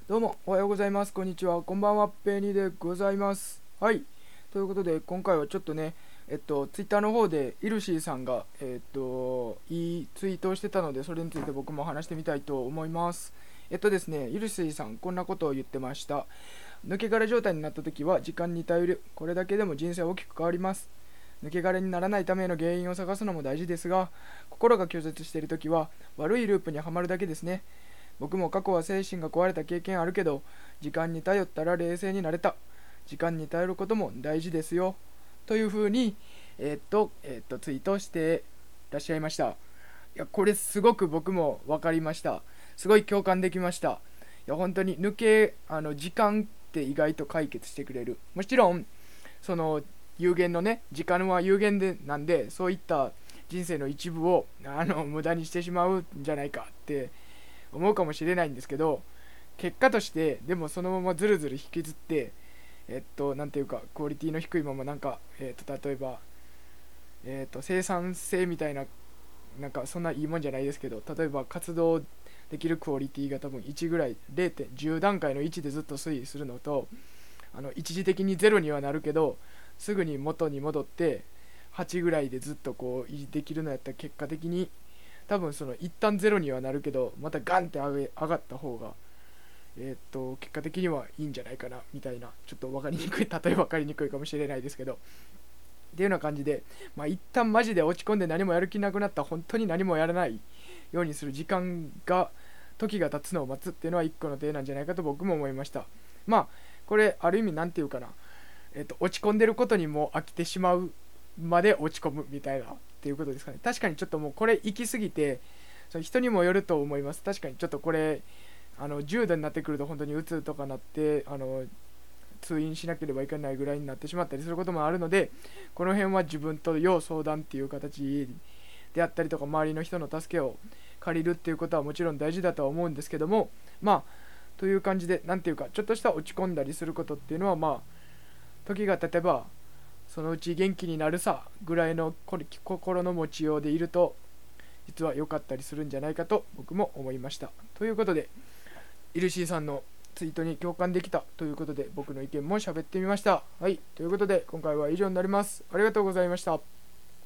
どうもおはようございます。こんにちは。こんばんは。ペニーでございます。はい。ということで、今回はちょっとね、ツイッターの方でイルシーさんが、いいツイートをしてたので、それについて僕も話してみたいと思います。ですね、イルシーさん、こんなことを言ってました。抜け殻状態になった時は時間に頼る。これだけでも人生は大きく変わります。抜け殻にならないための原因を探すのも大事ですが、心が拒絶している時は悪いループにはまるだけですね。僕も過去は精神が壊れた経験あるけど、時間に頼ったら冷静になれた。時間に頼ることも大事ですよ。というふうに、ツイートしてらっしゃいました。いや、これすごく僕も分かりました。すごい共感できました。いや、本当に時間って意外と解決してくれる。もちろん、有限のね、時間は有限でなんで、そういった人生の一部を無駄にしてしまうんじゃないかって思うかもしれないんですけど、結果としてでもそのままずるずる引きずって、なんていうかクオリティの低いまま例えば、生産性みたいな、なんかそんないいもんじゃないですけど、例えば活動できるクオリティが多分1ぐらい、0.10段階の1でずっと推移するのと、一時的に0にはなるけどすぐに元に戻って8ぐらいでずっとこう維持できるのやったら、結果的に多分一旦ゼロにはなるけど、またガンって上がった方が、結果的にはいいんじゃないかなみたいな、ちょっと分かりにくい、例え分かりにくいかもしれないですけど、っていうような感じで、一旦マジで落ち込んで何もやる気なくなったら、本当に何もやらないようにする時が経つのを待つっていうのは一個の手なんじゃないかと僕も思いました。これある意味なんていうかな、落ち込んでることにもう飽きてしまうまで落ち込むみたいなっていうことですかね。確かにちょっともうこれ行き過ぎて、その人にもよると思います。確かにちょっとこれ重度になってくると本当にうつとかなって、通院しなければいけないぐらいになってしまったりすることもあるので、この辺は自分と要相談っていう形であったりとか、周りの人の助けを借りるっていうことはもちろん大事だとは思うんですけども、という感じで、なんていうかちょっとした落ち込んだりすることっていうのは、時が経てばそのうち元気になるさぐらいの心の持ちようでいると、実は良かったりするんじゃないかと僕も思いました。ということで、イルシーさんのツイートに共感できたということで、僕の意見も喋ってみました。はい、ということで今回は以上になります。ありがとうございました。